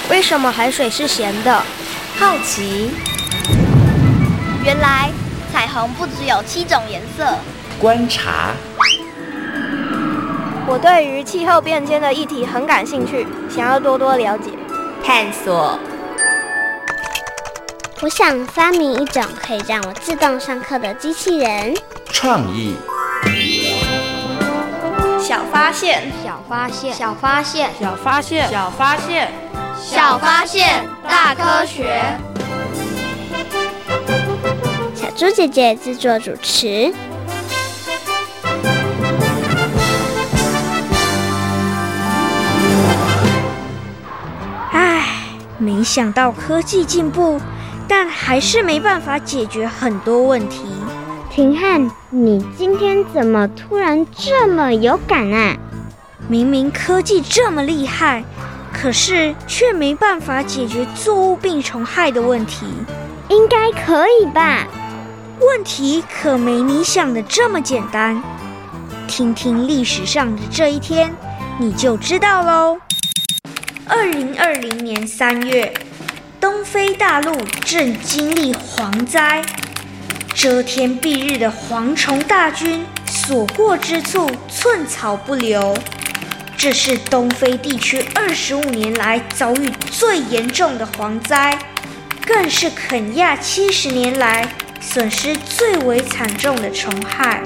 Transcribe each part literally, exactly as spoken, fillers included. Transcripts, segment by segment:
为什么海水是咸的？ 好奇。 原来彩虹不只有七种颜色。 观察。 我对于气候变迁的议题很感兴趣，想要多多了解。 探索。 我想发明一种可以让我自动上课的机器人。 创意。 小发现， 小发现， 小发现， 小发现，小发现， 小发现，大科学。 小猪姐姐制作主持。 唉，没想到科技进步，但还是没办法解决很多问题。 廷汉，你今天怎么突然这么有感啊？ 明明科技这么厉害，可是却没办法解决作物病虫害的问题。 应该可以吧？ 问题可没你想的这么简单。听听历史上的这一天，你就知道喽。二零二零年三月，东非大陆正经历蝗灾。遮天蔽日的蝗虫大军所过之处寸草不留，这是东非地区二十五年来遭遇最严重的蝗灾，更是肯亚七十年来损失最为惨重的虫害。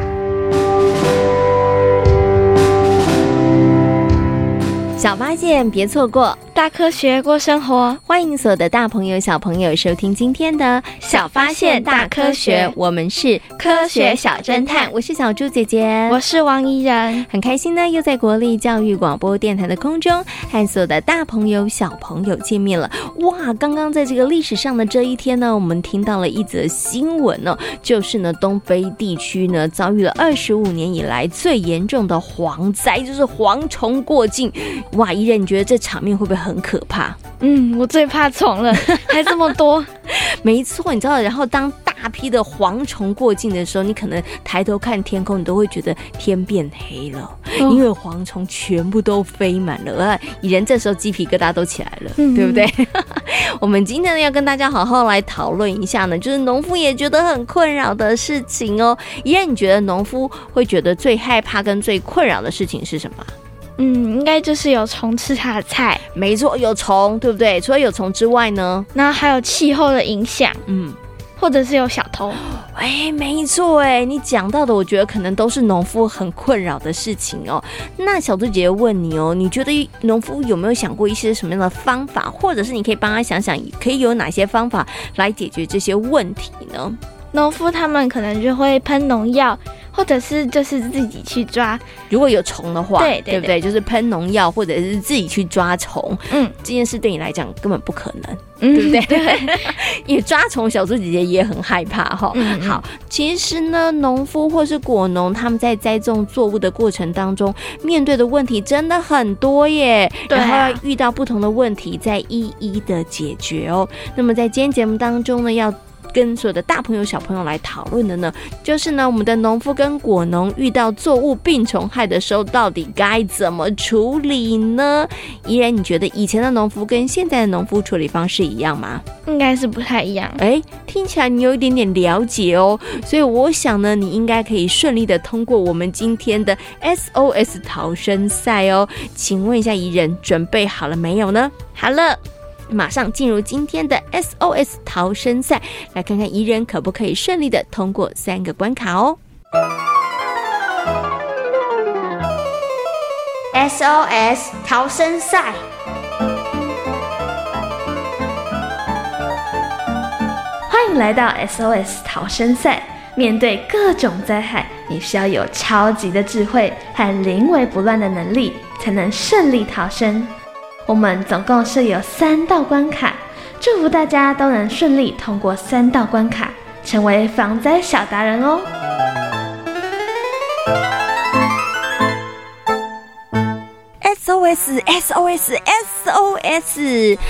小发现别错过， 大科学过生活。 欢迎所有的大朋友小朋友收听今天的小发现大科学， 我们是科学小侦探，我是小猪姐姐， 我是王怡然。 很开心呢，又在国立教育广播电台的空中和所有的大朋友小朋友见面了。哇，刚刚在这个历史上的这一天呢，我们听到了一则新闻哦，就是呢东非地区呢遭遇了二十五年以来最严重的蝗灾，就是蝗虫过境。哇，怡然，你觉得这场面会不会很可怕？ 嗯，我最怕虫了，还这么多。 没错，你知道，然后当大批的蝗虫过境的时候，你可能抬头看天空，你都会觉得天变黑了，哦、因为蝗虫全部都飞满了啊！怡然这时候鸡皮疙瘩都起来了，嗯、对不对？我们今天呢要跟大家好好来讨论一下呢，就是农夫也觉得很困扰的事情哦。怡然，你觉得农夫会觉得最害怕跟最困扰的事情是什么？ 嗯，应该就是有虫吃它的菜。 没错，有虫，对不对？除了有虫之外呢， 那还有气候的影响，嗯，或者是有小偷。 哎，没错，哎，你讲到的，我觉得可能都是农夫很困扰的事情哦。那小猪姐姐问你哦，你觉得农夫有没有想过一些什么样的方法，或者是你可以帮他想想，可以有哪些方法来解决这些问题呢？ 农夫他们可能就会喷农药，或者是就是自己去抓。 如果有虫的话， 对对, 对不对？就是喷农药，或者是自己去抓虫。嗯，这件事对你来讲根本不可能，嗯、对不对？对，因为抓虫，小猪姐姐也很害怕哈。嗯、好，其实呢，农夫或是果农他们在栽种作物的过程当中，面对的问题真的很多耶。对、啊，然后要遇到不同的问题，再一一的解决哦。那么在今天节目当中呢，要跟所有的大朋友小朋友来讨论的呢，就是呢我们的农夫跟果农遇到作物病虫害的时候，到底该怎么处理呢？怡然，你觉得以前的农夫跟现在的农夫处理方式一样吗？ 应该是不太一样。 哎，听起来你有一点点了解哦，所以我想呢，你应该可以顺利的通过我们今天的 S O S 逃生赛哦。请问一下怡然，准备好了没有呢？ 好了。 马上进入今天的 S O S 逃生赛，来看看怡然可不可以顺利的通过三个关卡哦。 S O S 逃生赛， 欢迎来到 S O S 逃生赛。面对各种灾害，你需要有超级的智慧和临危不乱的能力，才能顺利逃生。我们总共设有三道关卡，祝福大家都能顺利通过三道关卡，成为防灾小达人哦。 S O S S O S S O S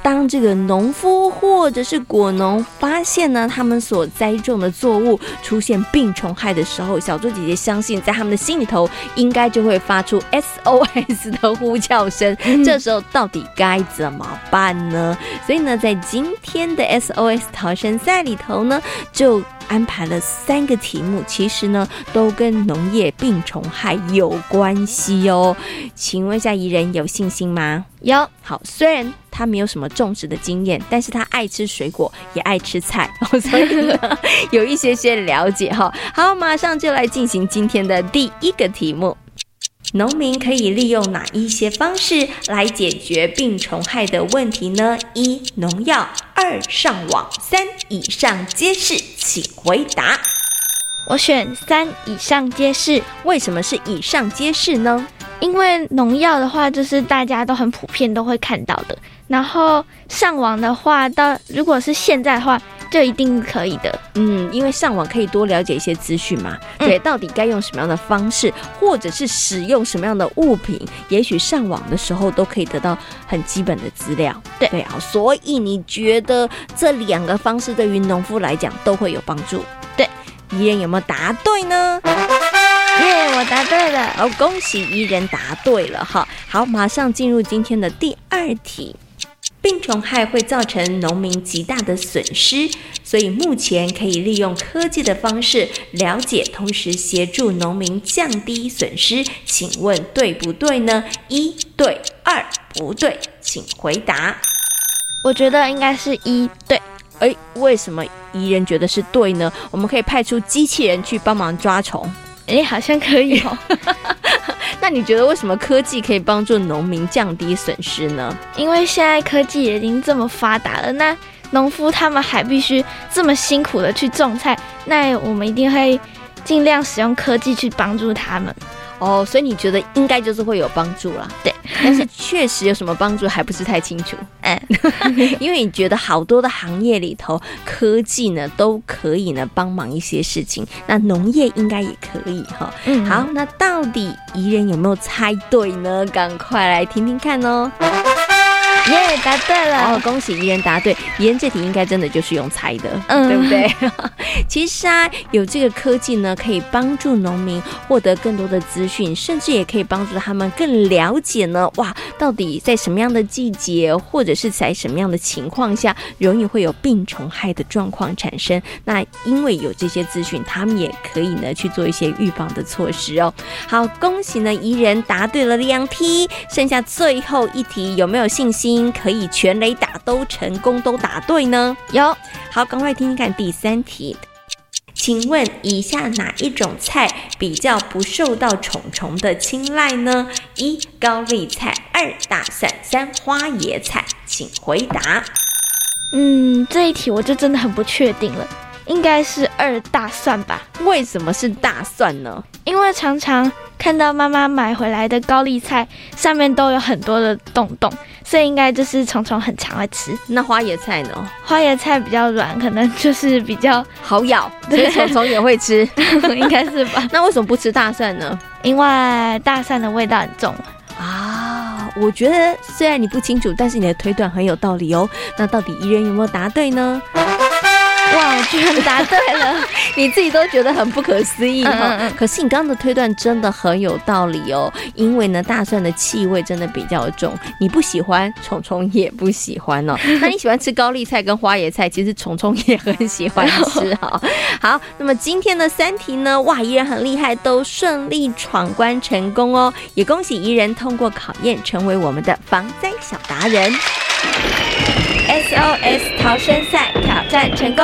当这个农夫或者是果农发现呢，他们所栽种的作物出现病虫害的时候，小猪姐姐相信在他们的心里头应该就会发出 S O S 的呼叫声、嗯、这时候到底该怎么办呢？所以呢，在今天的 S O S 逃生赛里头呢，就安排了三个题目，其实呢都跟农业病虫害有关系哦。请问一下宜人有信心吗？ 有。 好，虽然他没有什么种植的经验，但是他爱吃水果也爱吃菜，所以呢有一些些了解哈。好，马上就来进行今天的第一个题目。农民可以利用哪一些方式来解决病虫害的问题呢？一、农药；二、上网；三、以上皆是。请回答。 我选三，以上皆是。 为什么是以上皆是呢？ 因为农药的话，就是大家都很普遍都会看到的。然后上网的话，到如果是现在的话，就一定可以的。 嗯，因为上网可以多了解一些资讯嘛。对，嗯、到底该用什么样的方式，或者是使用什么样的物品，也许上网的时候都可以得到很基本的资料。 对对啊，所以你觉得这两个方式对于农夫来讲都会有帮助？ 对， 宜人有没有答对呢？ 耶、yeah, 我答对了。 好，恭喜宜人答对了哈。好，马上进入今天的第二题。病虫害会造成农民极大的损失，所以目前可以利用科技的方式了解，同时协助农民降低损失。请问对不对呢？一对，二不对，请回答。 我觉得应该是一对。 哎，为什么宜人觉得是对呢？我们可以派出机器人去帮忙抓虫。 哎，好像可以哦。 那你觉得为什么科技可以帮助农民降低损失呢？ 因为现在科技已经这么发达了，那农夫他们还必须这么辛苦的去种菜，那我们一定会尽量使用科技去帮助他们。 哦，所以你觉得应该就是会有帮助啦。 对， 但是确实有什么帮助还不是太清楚。嗯，因为你觉得好多的行业里头，科技呢都可以呢帮忙一些事情，那农业应该也可以哈。嗯，好，那到底宜人有没有猜对呢？赶快来听听看哦。 耶、yeah, 答对了！ 哦，恭喜宜人答对。宜人这题应该真的就是用猜的，嗯、对不对？其实啊，有这个科技呢，可以帮助农民获得更多的资讯，甚至也可以帮助他们更了解呢，哇，到底在什么样的季节，或者是在什么样的情况下，容易会有病虫害的状况产生。那因为有这些资讯，他们也可以呢去做一些预防的措施哦。好，恭喜呢宜人答对了两题，剩下最后一题，有没有信心可以全雷打都成功都答对呢？ 有。 好，赶快听听看第三题。请问以下哪一种菜比较不受到虫虫的青睐呢？一、高丽菜；二、大蒜；三、花椰菜。请回答。 嗯，这一题我就真的很不确定了，应该是二大蒜吧？ 为什么是大蒜呢？ 因为常常看到妈妈买回来的高丽菜上面都有很多的洞洞，所以应该就是虫虫很常会吃。 那花椰菜呢？ 花椰菜比较软，可能就是比较好咬，所以虫虫也会吃， 应该是吧？ 那为什么不吃大蒜呢？ 因为大蒜的味道很重啊。我觉得虽然你不清楚，但是你的推断很有道理哦。那到底宜人有没有答对呢？ 哇，我居然答对了！ 你自己都觉得很不可思议哈、哦。嗯嗯嗯可是你刚刚的推断真的很有道理哦，因为呢，大蒜的气味真的比较重，你不喜欢，虫虫也不喜欢哦。那你喜欢吃高丽菜跟花椰菜，其实虫虫也很喜欢吃哈。好，那么今天的三题呢，哇，宜人很厉害，都顺利闯关成功哦，也恭喜宜人通过考验，成为我们的防灾小达人。S O S 逃生赛挑战成功。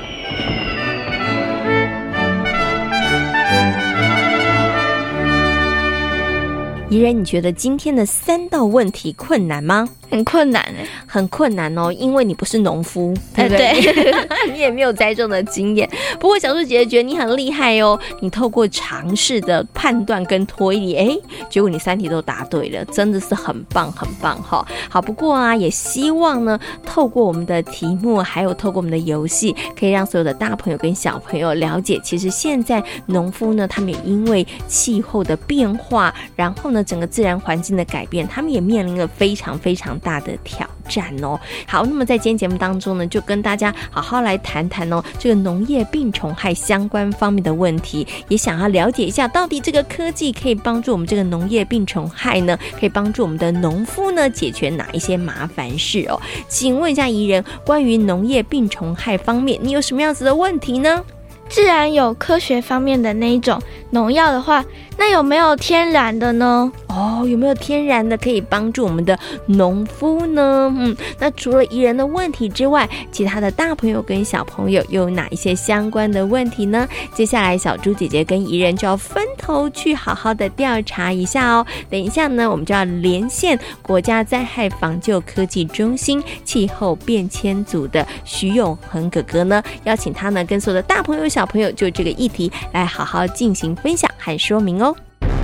宜人，你觉得今天的三道问题困难吗？ 很困难哎， 很困难哦，因为你不是农夫，对不对？对你也没有栽种的经验。不过小猪姐姐觉得你很厉害哦，你透过尝试的判断跟推理，哎，结果你三题都答对了，真的是很棒很棒哈、哦。好，不过啊，也希望呢，透过我们的题目，还有透过我们的游戏，可以让所有的大朋友跟小朋友了解，其实现在农夫呢，他们也因为气候的变化，然后呢，整个自然环境的改变，他们也面临了非常非常常大的挑战哦。好，那么在今天节目当中呢，就跟大家好好来谈谈哦这个农业病虫害相关方面的问题，也想要了解一下到底这个科技可以帮助我们这个农业病虫害呢，可以帮助我们的农夫呢解决哪一些麻烦事哦。请问一下宜人，关于农业病虫害方面你有什么样子的问题呢？ 既然有科学方面的那一种农药的话，那有没有天然的呢？ 哦，有没有天然的可以帮助我们的农夫呢？嗯，那除了宜人的问题之外，其他的大朋友跟小朋友又有哪一些相关的问题呢？接下来小猪姐姐跟宜人就要分头去好好的调查一下哦。等一下呢，我们就要连线国家灾害防救科技中心气候变迁组的徐永恒哥哥呢，邀请他呢跟所有的大朋友小朋友就这个议题来好好进行分享和说明哦。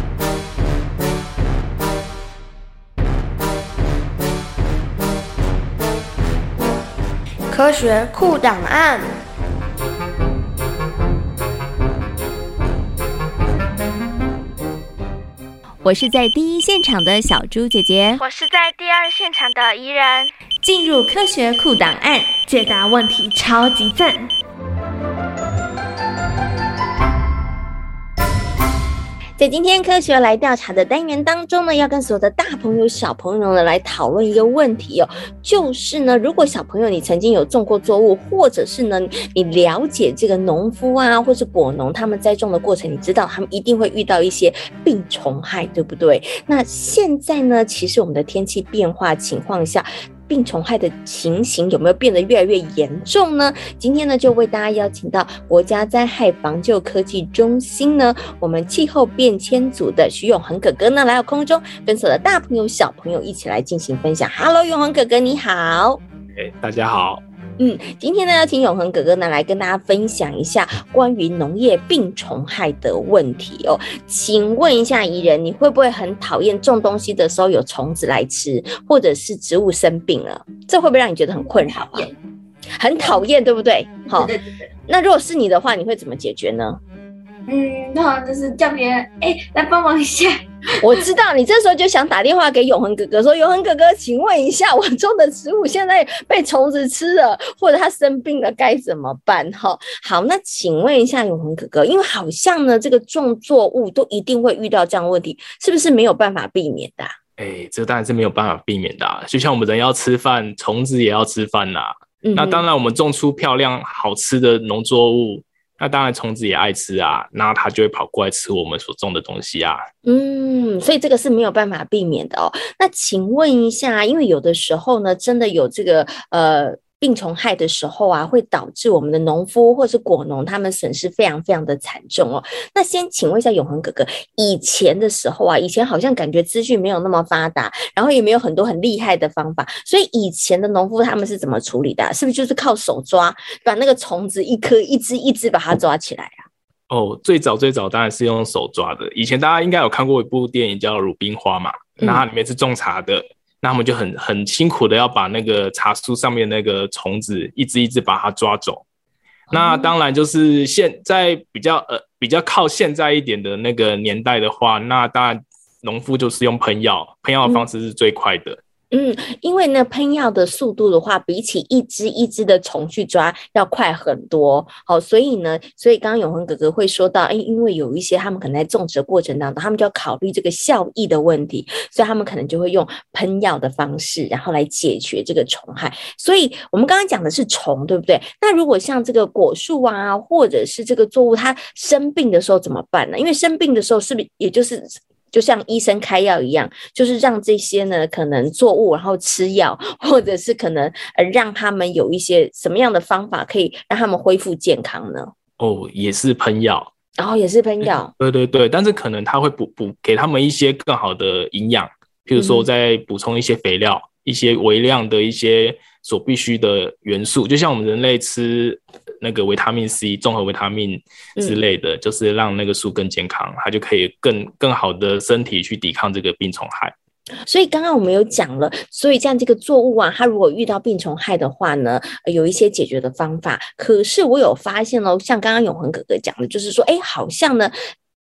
科学酷档案。 我是在第一现场的小猪姐姐， 我是在第二现场的宜人。 进入科学酷档案， 解答问题超级赞。 在今天科学来调查的单元当中呢，要跟所有的大朋友小朋友呢来讨论一个问题哦，就是呢，如果小朋友你曾经有种过作物，或者是呢你了解这个农夫啊或是果农他们栽种的过程，你知道他们一定会遇到一些病虫害，对不对？那现在呢，其实我们的天气变化情况下，病虫害的情形有没有变得越来越严重呢？今天呢，就为大家邀请到国家灾害防救科技中心呢，我们气候变迁组的徐永恒哥哥呢，来到空中，跟所有的大朋友小朋友一起来进行分享。Hello， 永恒哥哥你好。 欸、大家好。 嗯，今天呢，要请永恒哥哥呢来跟大家分享一下关于农业病虫害的问题哦。请问一下宜人，你会不会很讨厌种东西的时候有虫子来吃，或者是植物生病了？这会不会让你觉得很困扰啊？很讨厌，对不对？好，那如果是你的话，你会怎么解决呢？ 嗯，通常就是叫别人哎、欸、来帮忙一下。 我知道你这时候就想打电话给永恒哥哥说，永恒哥哥请问一下，我种的植物现在被虫子吃了，或者它生病了该怎么办？好，那请问一下永恒哥哥，因为好像呢这个种作物都一定会遇到这样的问题，是不是没有办法避免的、啊？ 哎、欸，这当然是没有办法避免的、啊、就像我们人要吃饭，虫子也要吃饭啦、啊嗯、那当然我们种出漂亮好吃的农作物，那当然虫子也爱吃啊，那它就会跑过来吃我们所种的东西啊。 嗯，所以这个是没有办法避免的哦。那请问一下，因为有的时候呢，真的有这个呃病虫害的时候啊，会导致我们的农夫或是果农他们损失非常非常的惨重哦。那先请问一下永恒哥哥，以前的时候啊，以前好像感觉资讯没有那么发达，然后也没有很多很厉害的方法，所以以前的农夫他们是怎么处理的、啊？是不是就是靠手抓，把那个虫子一颗一只一只把它抓起来啊？ 哦，最早最早当然是用手抓的。以前大家应该有看过一部电影叫《鲁冰花》嘛，嗯、那它里面是种茶的。那他们就很很辛苦的要把那个茶树上面那个虫子一只一只把它抓走。嗯、那当然就是现在比较呃比较靠现在一点的那个年代的话，那当然农夫就是用喷药，喷药的方式是最快的。 嗯，因为呢，喷药的速度的话，比起一只一只的虫去抓要快很多。好，所以呢，所以刚刚永恒哥哥会说到，哎，因为有一些他们可能在种植的过程当中，他们就要考虑这个效益的问题，所以他们可能就会用喷药的方式，然后来解决这个虫害。所以我们刚刚讲的是虫，对不对？那如果像这个果树啊，或者是这个作物，它生病的时候怎么办呢？因为生病的时候，是不是也就是就像医生开药一样，就是让这些呢可能作物然后吃药，或者是可能呃让他们有一些什么样的方法可以让他们恢复健康呢？ 哦，也是喷药， 然后、哦、也是喷药、 嗯，对对对，但是可能他会补补给他们一些更好的营养，譬如说再补充一些肥料、嗯、一些微量的一些所必须的元素，就像我们人类吃那个维他命 C 综合维他命之类的、嗯、就是让那个树更健康，它就可以更更好的身体去抵抗这个病虫害。 所以刚刚我们有讲了，所以这样这个作物啊，它如果遇到病虫害的话呢，有一些解决的方法。可是我有发现咯，像刚刚永恒哥哥讲的，就是说哎，好像呢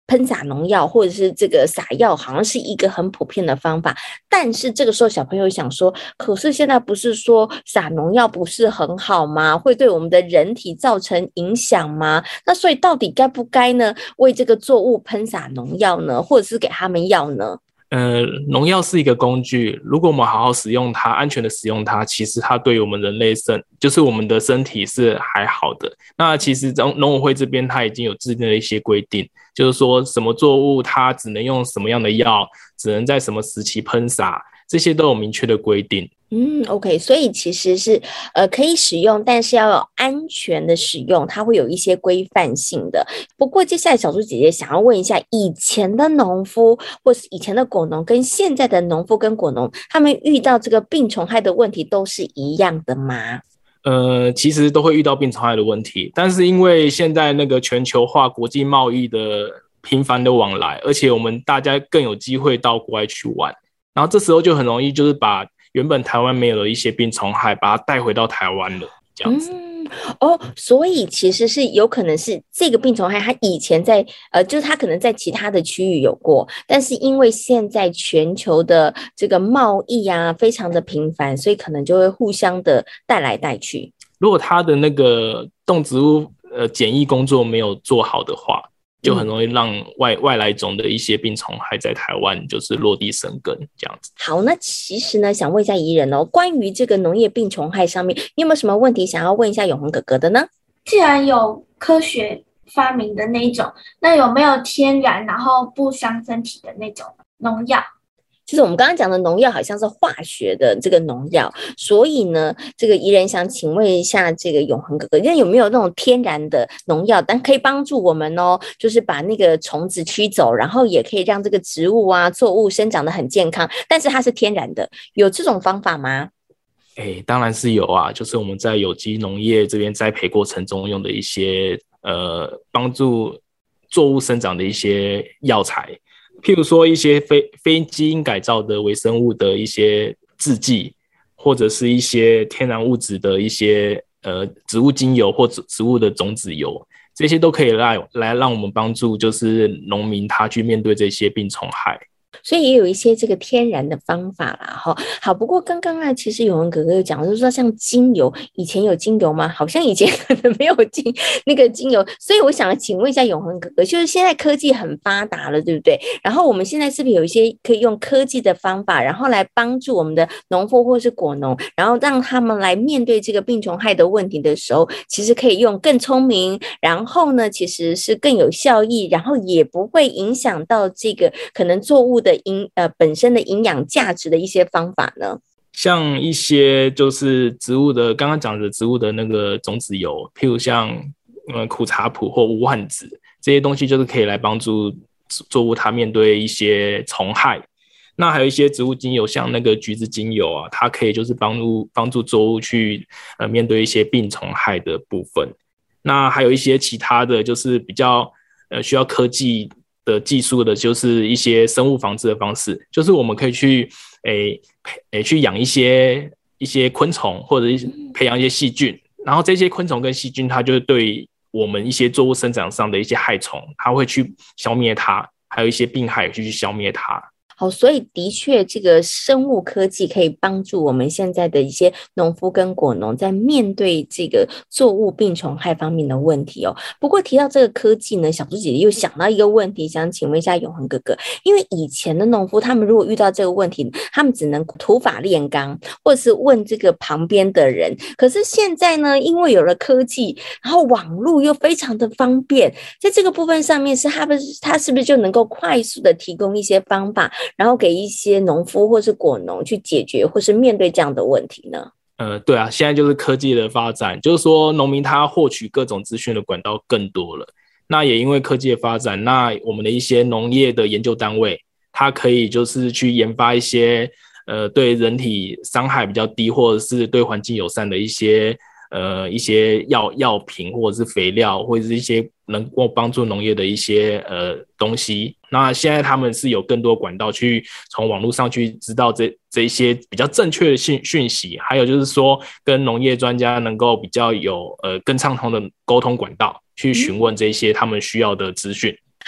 喷洒农药或者是这个撒药好像是一个很普遍的方法，但是这个时候小朋友想说，可是现在不是说撒农药不是很好吗？会对我们的人体造成影响吗？那所以到底该不该呢为这个作物喷洒农药呢，或者是给他们药呢？ 呃，农药是一个工具，如果我们好好使用它，安全的使用它，其实它对于我们人类身，就是我们的身体是还好的。那其实农委会这边它已经有制定了一些规定，就是说什么作物它只能用什么样的药，只能在什么时期喷洒，这些都有明确的规定。 嗯 ，OK， 所以其实是呃可以使用，但是要有安全的使用，它会有一些规范性的。不过接下来小猪姐姐想要问一下，以前的农夫或是以前的果农跟现在的农夫跟果农，他们遇到这个病虫害的问题都是一样的吗？ 呃，其实都会遇到病虫害的问题，但是因为现在那个全球化、国际贸易的频繁的往来，而且我们大家更有机会到国外去玩，然后这时候就很容易就是把原本台湾没有的一些病虫害把它带回到台湾了，这样子。 嗯，哦，所以其实是有可能是这个病虫害它以前在呃，就是它可能在其他的区域有过，但是因为现在全球的这个贸易啊非常的频繁，所以可能就会互相的带来带去。如果它的那个动植物呃检疫工作没有做好的话，就很容易让外外来种的一些病虫害在台湾就是落地生根这样子。好，那其实呢，想问一下宜仁哦，关于这个农业病虫害上面，你有没有什么问题想要问一下永恒哥哥的呢？ 既然有科学发明的那一种，那有没有天然然后不伤身体的那种农药？ 其实我们刚刚讲的农药好像是化学的这个农药，所以呢，这个宜仁想请问一下这个永恒哥哥，有没有那种天然的农药，但可以帮助我们哦，就是把那个虫子驱走，然后也可以让这个植物啊作物生长得很健康，但是它是天然的，有这种方法吗？ 欸，当然是有啊，就是我们在有机农业这边栽培过程中用的一些呃帮助作物生长的一些药材，譬如说一些非非基因改造的微生物的一些制剂，或者是一些天然物质的一些呃植物精油或者植物的种子油，这些都可以来来让我们帮助就是农民他去面对这些病虫害。 所以也有一些这个天然的方法啦，哈。好，不过刚刚啊，其实永恒哥哥有讲，就是说像精油，以前有精油吗？好像以前可能没有精那个精油，所以我想请问一下永恒哥哥，就是现在科技很发达了，对不对？然后我们现在是不是有一些可以用科技的方法，然后来帮助我们的农夫或是果农，然后让他们来面对这个病虫害的问题的时候，其实可以用更聪明，然后呢，其实是更有效益，然后也不会影响到这个可能作物的营呃本身的营养价值的一些方法呢？ 像一些就是植物的，刚刚讲的植物的那个种子油，譬如像呃苦茶蒲或无患子这些东西，就是可以来帮助作物它面对一些虫害。那还有一些植物精油，像那个橘子精油啊，它可以就是帮助帮助作物去呃面对一些病虫害的部分。那还有一些其他的就是比较呃需要科技的技术的，就是一些生物防治的方式，就是我们可以去诶诶去养一些一些昆虫，或者培养一些细菌，然后这些昆虫跟细菌它就对我们一些作物生长上的一些害虫，它会去消灭它，还有一些病害也去消灭它。 好，所以的确这个生物科技可以帮助我们现在的一些农夫跟果农在面对这个作物病虫害方面的问题哦。不过提到这个科技呢，小猪姐姐又想到一个问题，想请问一下永恒哥哥，因为以前的农夫他们如果遇到这个问题，他们只能土法炼钢，或者是问这个旁边的人，可是现在呢，因为有了科技，然后网络又非常的方便，在这个部分上面是他们他是不是就能够快速的提供一些方法，然后给一些农夫或是果农去解决或是面对这样的问题呢？ 呃，对啊，现在就是科技的发展，就是说农民他获取各种资讯的管道更多了。那也因为科技的发展，那我们的一些农业的研究单位，它可以就是去研发一些呃对人体伤害比较低，或者是对环境友善的一些呃一些药药品，或者是肥料，或者是一些能够帮助农业的一些呃东西。那现在他们是有更多管道去从网络上去知道这这一些比较正确的讯讯息，还有就是说跟农业专家能够比较有呃更畅通的沟通管道，去询问这些他们需要的资讯。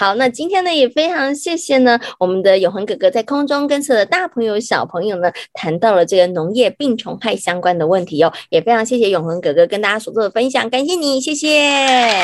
好，那今天呢也非常谢谢呢我们的永恒哥哥在空中跟所有的大朋友小朋友呢谈到了这个农业病虫害相关的问题哦，也非常谢谢永恒哥哥跟大家所做的分享，感谢你，谢谢。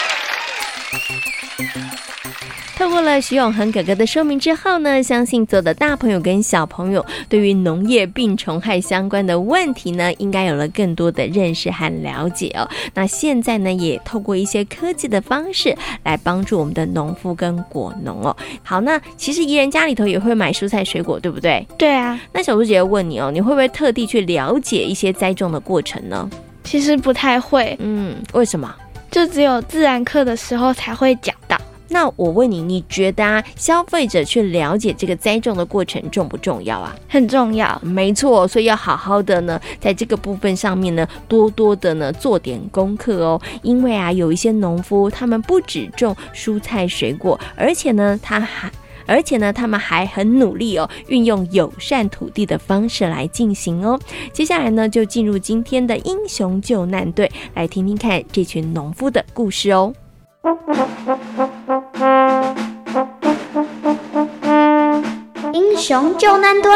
透过了徐永恒哥哥的说明之后呢，相信所有的大朋友跟小朋友对于农业病虫害相关的问题呢，应该有了更多的认识和了解哦。那现在呢，也透过一些科技的方式来帮助我们的农夫跟果农哦。好，那其实宜人家里头也会买蔬菜水果，对不对？ 对啊。 那小猪姐姐问你哦，你会不会特地去了解一些栽种的过程呢？ 其实不太会。 嗯，为什么？ 就只有自然课的时候才会讲到。 那我问你，你觉得啊，消费者去了解这个栽种的过程重不重要啊？ 很重要， 没错，所以要好好的呢，在这个部分上面呢，多多的呢做点功课哦。因为啊，有一些农夫他们不只种蔬菜水果，而且呢，他还而且呢，他们还很努力哦，运用友善土地的方式来进行哦。接下来呢，就进入今天的英雄救难队，来听听看这群农夫的故事哦。 英雄救难队。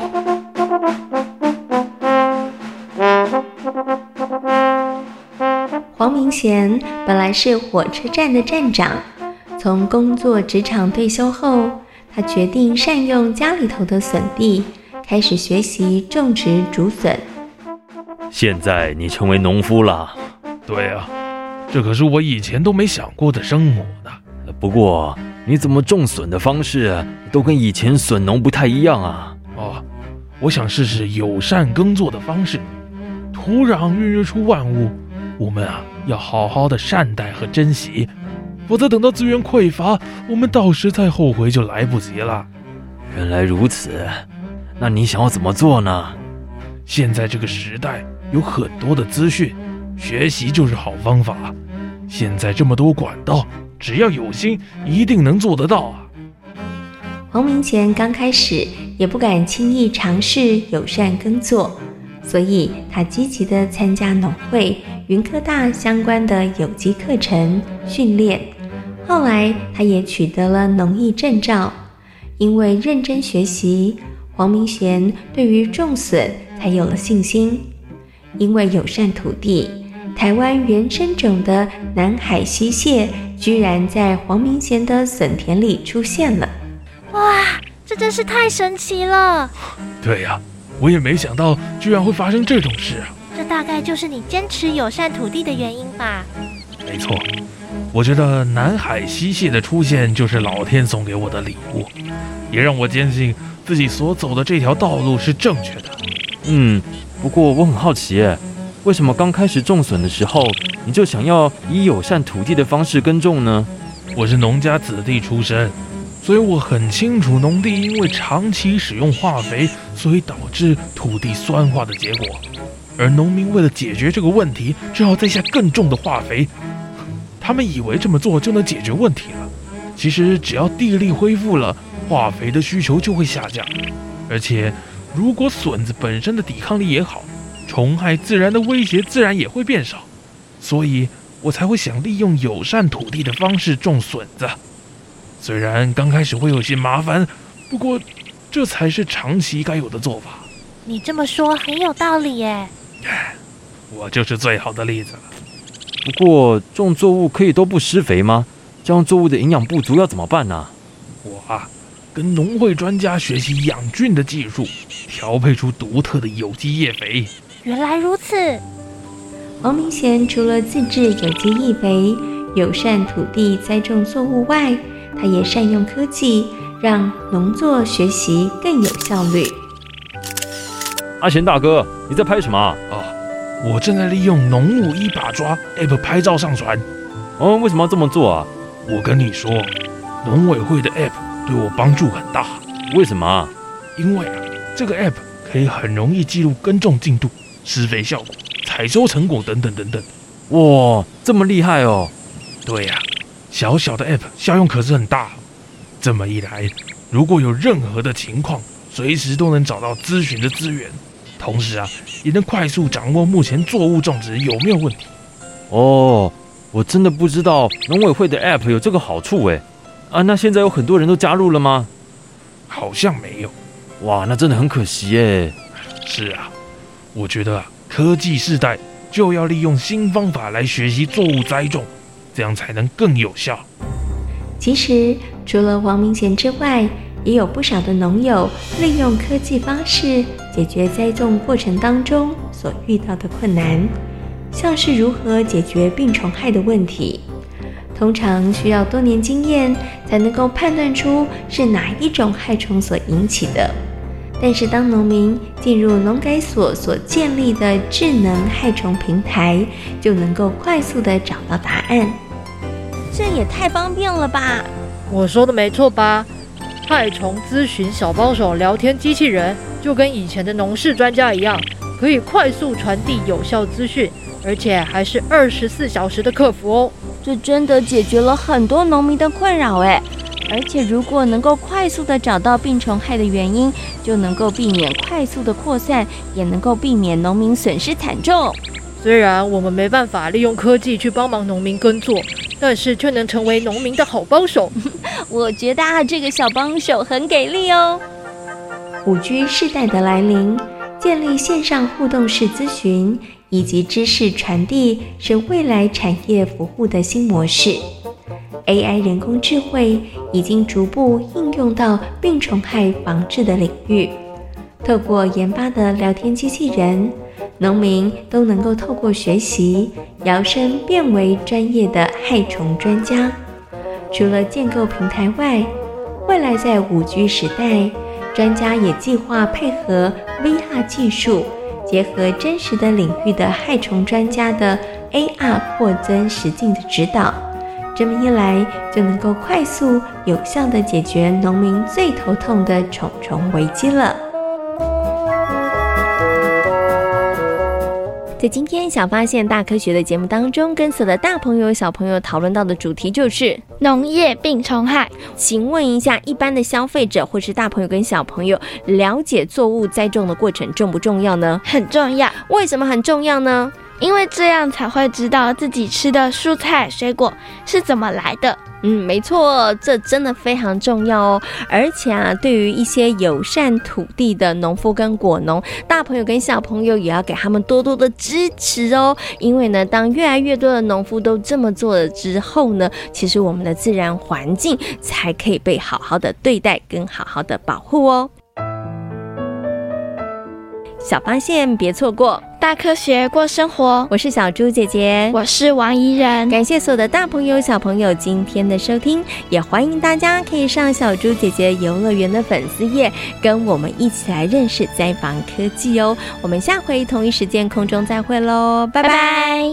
黄明贤本来是火车站的站长，从工作职场退休后，他决定善用家里头的笋地，开始学习种植竹笋。 现在你成为农夫了？ 对啊，这可是我以前都没想过的生活呢。 不过你怎么种笋的方式都跟以前笋农不太一样啊？ 哦，我想试试友善耕作的方式。土壤孕育出万物，我们啊要好好的善待和珍惜，否则等到资源匮乏，我们到时再后悔就来不及了。 原来如此，那你想要怎么做呢？ 现在这个时代有很多的资讯，学习就是好方法。现在这么多管道，只要有心，一定能做得到啊！ 黄明贤刚开始也不敢轻易尝试友善耕作，所以他积极地参加农会、云科大相关的有机课程训练。后来他也取得了农艺证照。因为认真学习，黄明贤对于种笋才有了信心。因为友善土地，台湾原生种的南海溪蟹居然在黄明贤的笋田里出现了。 哇，这真是太神奇了！ 对呀、啊，我也没想到居然会发生这种事啊！ 这大概就是你坚持友善土地的原因吧？ 没错，我觉得南海溪蟹的出现就是老天送给我的礼物，也让我坚信自己所走的这条道路是正确的。 嗯，不过我很好奇耶，为什么刚开始种笋的时候，你就想要以友善土地的方式耕种呢？ 我是农家子弟出身，所以我很清楚农地因为长期使用化肥，所以导致土地酸化的结果。而农民为了解决这个问题，只好再下更重的化肥。他们以为这么做就能解决问题了，其实只要地力恢复了，化肥的需求就会下降。而且，如果笋子本身的抵抗力也好，虫害自然的威胁自然也会变少。所以我才会想利用友善土地的方式种笋子。虽然刚开始会有些麻烦，不过这才是长期该有的做法。 你这么说很有道理耶。 我就是最好的例子了。 不过种作物可以都不施肥吗？这样作物的营养不足要怎么办呢？ 我啊，跟农会专家学习养菌的技术，调配出独特的有机叶肥。 原来如此。 黄明贤除了自制有机易肥、友善土地栽种作物外，他也善用科技，让农作学习更有效率。 阿贤大哥，你在拍什么啊？ 哦，我正在利用农务一把抓 App 拍照上传。 哦，为什么要这么做啊？ 我跟你说，农委会的 App 对我帮助很大。 为什么啊？ 因为啊，这个 App 可以很容易记录耕种进度、施肥效果、采收成果等等等等。 哇，这么厉害哦！ 对呀、啊，小小的 App 效用可是很大。这么一来，如果有任何的情况，随时都能找到咨询的资源，同时啊，也能快速掌握目前作物种植有没有问题。 哦，我真的不知道农委会的 App 有这个好处哎。 啊，那现在有很多人都加入了吗？ 好像没有。 哇，那真的很可惜耶。 是啊，我觉得啊，科技世代就要利用新方法来学习作物栽种，这样才能更有效。 其实除了王明贤之外，也有不少的农友利用科技方式解决栽种过程当中所遇到的困难，像是如何解决病虫害的问题。通常需要多年经验才能够判断出是哪一种害虫所引起的。但是当农民进入农改所所建立的智能害虫平台，就能够快速的找到答案。 这也太方便了吧！ 我说的没错吧？害虫咨询小帮手聊天机器人就跟以前的农事专家一样，可以快速传递有效资讯，而且还是二十四小时的客服哦。 这真的解决了很多农民的困扰哎！而且如果能够快速的找到病虫害的原因，就能够避免快速的扩散，也能够避免农民损失惨重。 虽然我们没办法利用科技去帮忙农民耕作，但是却能成为农民的好帮手。 我觉得啊，这个小帮手很给力哦。 五 G 世代的来临，建立线上互动式咨询以及知识传递，是未来产业服务的新模式。A I 人工智慧已经逐步应用到病虫害防治的领域。透过研发的聊天机器人，农民都能够透过学习，摇身变为专业的害虫专家。除了建构平台外，未来在 五 G 时代，专家也计划配合 V R 技术，结合真实的领域的害虫专家的 A R 扩增实境的指导。这么一来，就能够快速有效地解决农民最头痛的虫虫危机了。 在今天小发现大科学的节目当中，跟所有的大朋友小朋友讨论到的主题就是农业病虫害。 请问一下，一般的消费者或是大朋友跟小朋友了解作物栽种的过程重不重要呢？ 很重要。 为什么很重要呢？ 因为这样才会知道自己吃的蔬菜水果是怎么来的。 嗯，没错，这真的非常重要哦。而且啊，对于一些友善土地的农夫跟果农，大朋友跟小朋友也要给他们多多的支持哦。因为呢，当越来越多的农夫都这么做了之后呢，其实我们的自然环境才可以被好好的对待跟好好的保护哦。小发现别错过， 大科学过生活。 我是小猪姐姐， 我是王怡人。 感谢所有的大朋友小朋友今天的收听，也欢迎大家可以上小猪姐姐游乐园的粉丝页，跟我们一起来认识栽防科技哦。我们下回同一时间空中再会喽，拜拜。 拜拜。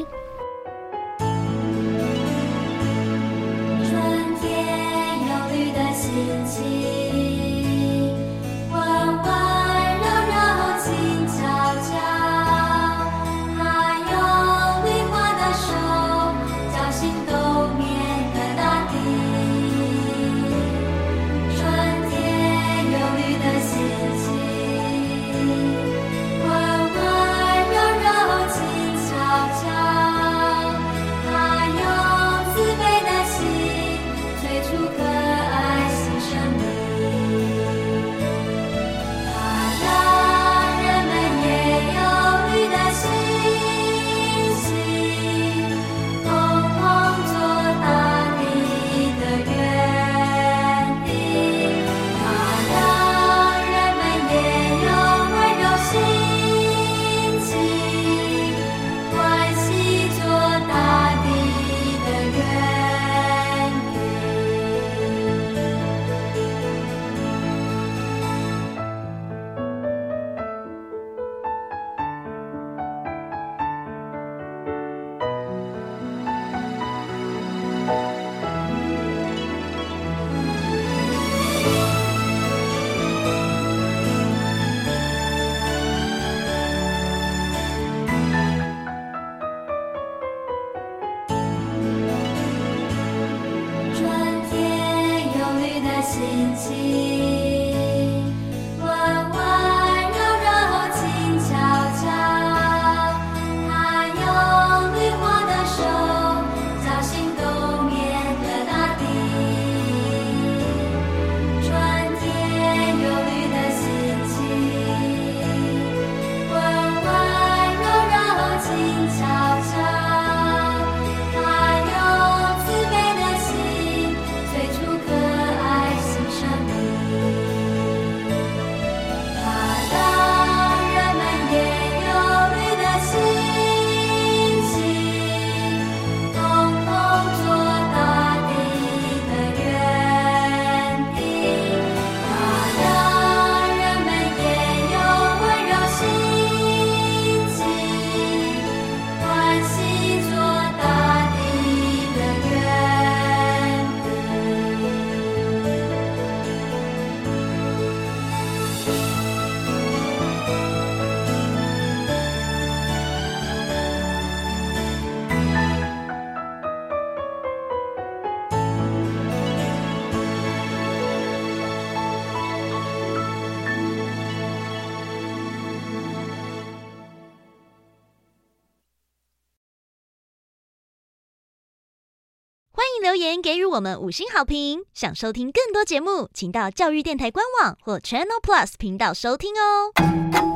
留言给予我们五星好评。想收听更多节目，请到教育电台官网或 Channel Plus 频道收听哦。